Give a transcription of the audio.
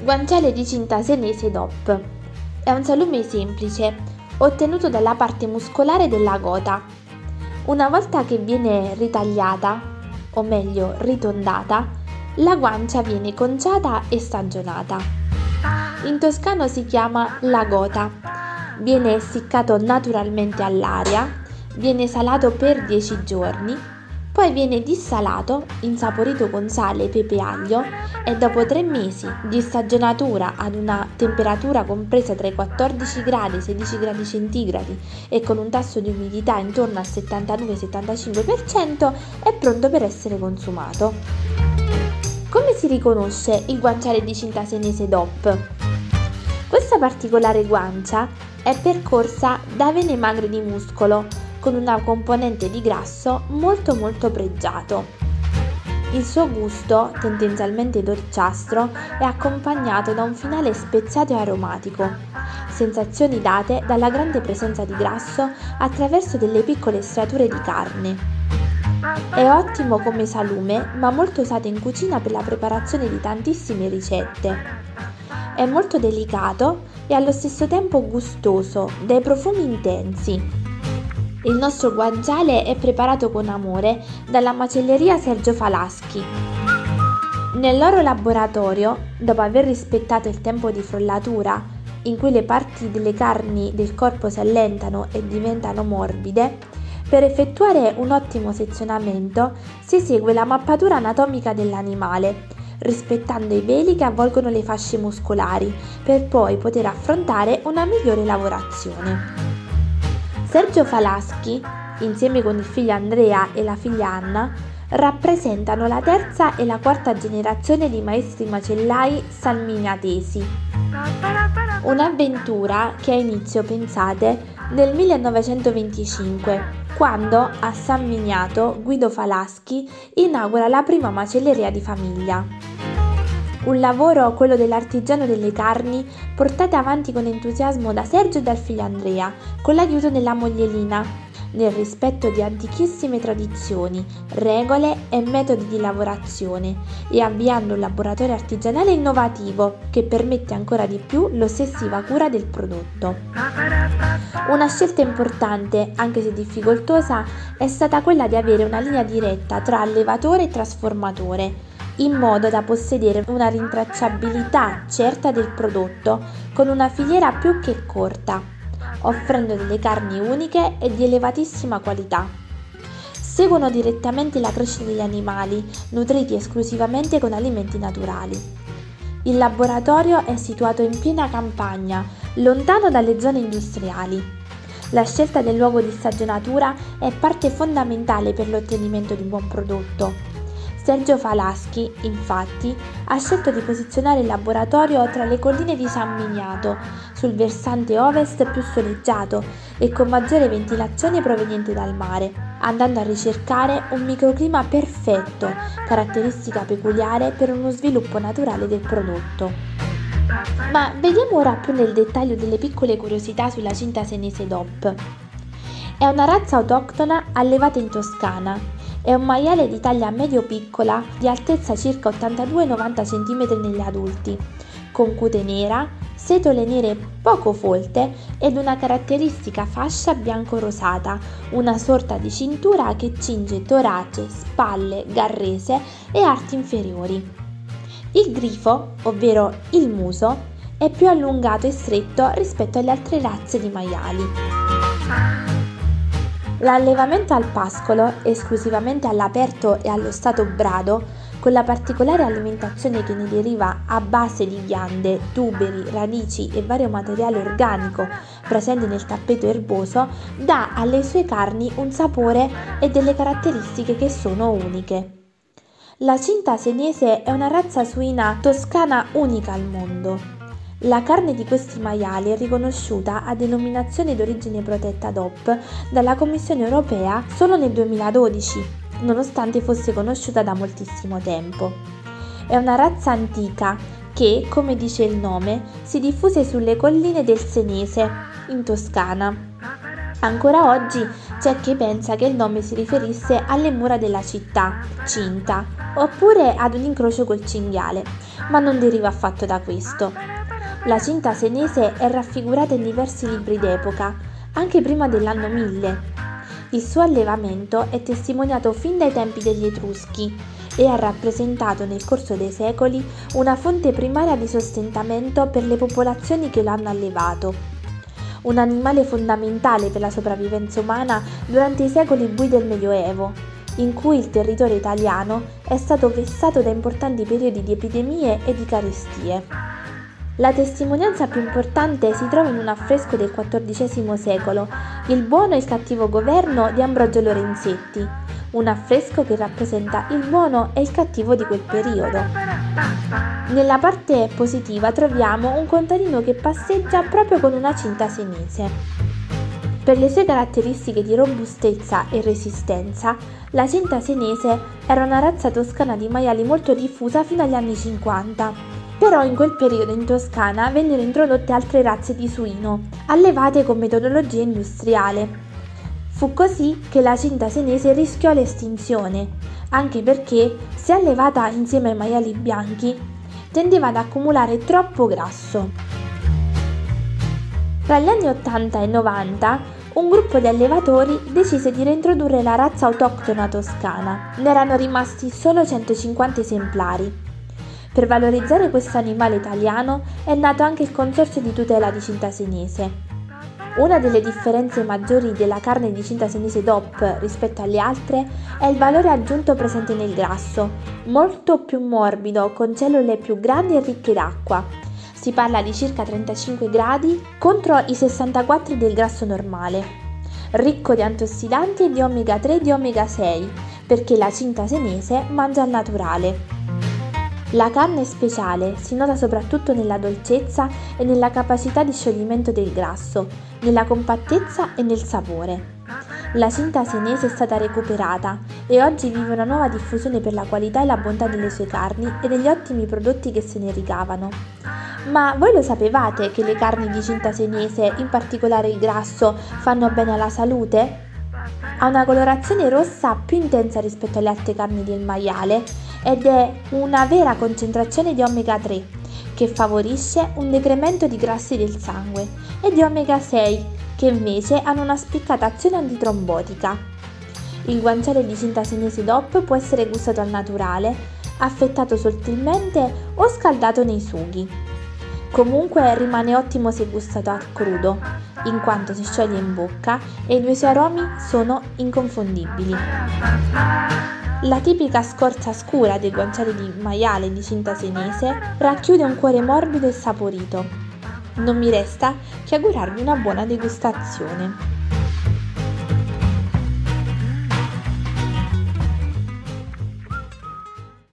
Guanciale di cinta senese DOP. È un salume semplice, ottenuto dalla parte muscolare della gota. Una volta che viene ritagliata, o meglio ritondata, la guancia viene conciata e stagionata. In toscano si chiama la gota. Viene essiccato naturalmente all'aria, viene salato per 10 giorni, poi viene dissalato, insaporito con sale, pepe e aglio e dopo 3 mesi di stagionatura ad una temperatura compresa tra i 14 gradi e i 16 gradi centigradi e con un tasso di umidità intorno al 72-75% è pronto per essere consumato. Come si riconosce il guanciale di cinta senese DOP? Questa particolare guancia è percorsa da vene magre di muscolo con una componente di grasso molto pregiato. Il suo gusto, tendenzialmente dolciastro, è accompagnato da un finale speziato e aromatico, sensazioni date dalla grande presenza di grasso attraverso delle piccole strature di carne. È ottimo come salume, ma molto usato in cucina per la preparazione di tantissime ricette. È molto delicato e allo stesso tempo gustoso, dai profumi intensi. Il nostro guanciale è preparato con amore dalla macelleria Sergio Falaschi. Nel loro laboratorio, dopo aver rispettato il tempo di frollatura, in cui le parti delle carni del corpo si allentano e diventano morbide, per effettuare un ottimo sezionamento si esegue la mappatura anatomica dell'animale, rispettando i veli che avvolgono le fasce muscolari, per poi poter affrontare una migliore lavorazione. Sergio Falaschi, insieme con il figlio Andrea e la figlia Anna, rappresentano la terza e la quarta generazione di maestri macellai salminiatesi. Un'avventura che ha inizio, pensate, nel 1925, quando a San Miniato Guido Falaschi inaugura la prima macelleria di famiglia. Un lavoro, quello dell'artigiano delle carni, portato avanti con entusiasmo da Sergio e dal figlio Andrea, con l'aiuto della moglie Lina, nel rispetto di antichissime tradizioni, regole e metodi di lavorazione, e avviando un laboratorio artigianale innovativo che permette ancora di più l'ossessiva cura del prodotto. Una scelta importante, anche se difficoltosa, è stata quella di avere una linea diretta tra allevatore e trasformatore, in modo da possedere una rintracciabilità certa del prodotto con una filiera più che corta, offrendo delle carni uniche e di elevatissima qualità. Seguono direttamente la crescita degli animali, nutriti esclusivamente con alimenti naturali. Il laboratorio è situato in piena campagna, lontano dalle zone industriali. La scelta del luogo di stagionatura è parte fondamentale per l'ottenimento di un buon prodotto. Sergio Falaschi, infatti, ha scelto di posizionare il laboratorio tra le colline di San Miniato, sul versante ovest più soleggiato e con maggiore ventilazione proveniente dal mare, andando a ricercare un microclima perfetto, caratteristica peculiare per uno sviluppo naturale del prodotto. Ma vediamo ora più nel dettaglio delle piccole curiosità sulla cinta senese DOP. È una razza autoctona allevata in Toscana. È un maiale di taglia medio-piccola, di altezza circa 82-90 cm negli adulti, con cute nera, setole nere poco folte ed una caratteristica fascia bianco-rosata, una sorta di cintura che cinge torace, spalle, garrese e arti inferiori. Il grifo, ovvero il muso, è più allungato e stretto rispetto alle altre razze di maiali. L'allevamento al pascolo, esclusivamente all'aperto e allo stato brado, con la particolare alimentazione che ne deriva a base di ghiande, tuberi, radici e vario materiale organico presente nel tappeto erboso, dà alle sue carni un sapore e delle caratteristiche che sono uniche. La cinta senese è una razza suina toscana unica al mondo. La carne di questi maiali è riconosciuta a denominazione d'origine protetta DOP dalla Commissione europea solo nel 2012, nonostante fosse conosciuta da moltissimo tempo. È una razza antica che, come dice il nome, si diffuse sulle colline del Senese, in Toscana. Ancora oggi c'è chi pensa che il nome si riferisse alle mura della città, Cinta, oppure ad un incrocio col cinghiale, ma non deriva affatto da questo. La Cinta senese è raffigurata in diversi libri d'epoca, anche prima dell'anno 1000. Il suo allevamento è testimoniato fin dai tempi degli Etruschi e ha rappresentato nel corso dei secoli una fonte primaria di sostentamento per le popolazioni che lo hanno allevato. Un animale fondamentale per la sopravvivenza umana durante i secoli bui del Medioevo, in cui il territorio italiano è stato vessato da importanti periodi di epidemie e di carestie. La testimonianza più importante si trova in un affresco del XIV secolo, Il buono e il cattivo governo di Ambrogio Lorenzetti, un affresco che rappresenta il buono e il cattivo di quel periodo. Nella parte positiva troviamo un contadino che passeggia proprio con una cinta senese. Per le sue caratteristiche di robustezza e resistenza, la cinta senese era una razza toscana di maiali molto diffusa fino agli anni 50. Però in quel periodo in Toscana vennero introdotte altre razze di suino, allevate con metodologia industriale. Fu così che la cinta senese rischiò l'estinzione, anche perché, se allevata insieme ai maiali bianchi, tendeva ad accumulare troppo grasso. Tra gli anni 80 e 90, un gruppo di allevatori decise di reintrodurre la razza autoctona toscana. Ne erano rimasti solo 150 esemplari. Per valorizzare questo animale italiano è nato anche il Consorzio di tutela di Cinta senese. Una delle differenze maggiori della carne di cinta senese DOP rispetto alle altre è il valore aggiunto presente nel grasso, molto più morbido, con cellule più grandi e ricche d'acqua. Si parla di circa 35 gradi contro i 64 del grasso normale. Ricco di antiossidanti e di omega 3 e di omega 6, perché la cinta senese mangia al naturale. La carne speciale si nota soprattutto nella dolcezza e nella capacità di scioglimento del grasso, nella compattezza e nel sapore. La cinta senese è stata recuperata e oggi vive una nuova diffusione per la qualità e la bontà delle sue carni e degli ottimi prodotti che se ne ricavano. Ma voi lo sapevate che le carni di cinta senese, in particolare il grasso, fanno bene alla salute? Ha una colorazione rossa più intensa rispetto alle altre carni del maiale ed è una vera concentrazione di omega 3 che favorisce un decremento di grassi del sangue e di omega 6 che invece hanno una spiccata azione antitrombotica. Il guanciale di cinta senese DOP può essere gustato al naturale, affettato sottilmente o scaldato nei sughi. Comunque rimane ottimo se gustato al crudo, in quanto si scioglie in bocca e i suoi aromi sono inconfondibili. La tipica scorza scura del guanciale di maiale di cinta senese racchiude un cuore morbido e saporito. Non mi resta che augurarvi una buona degustazione.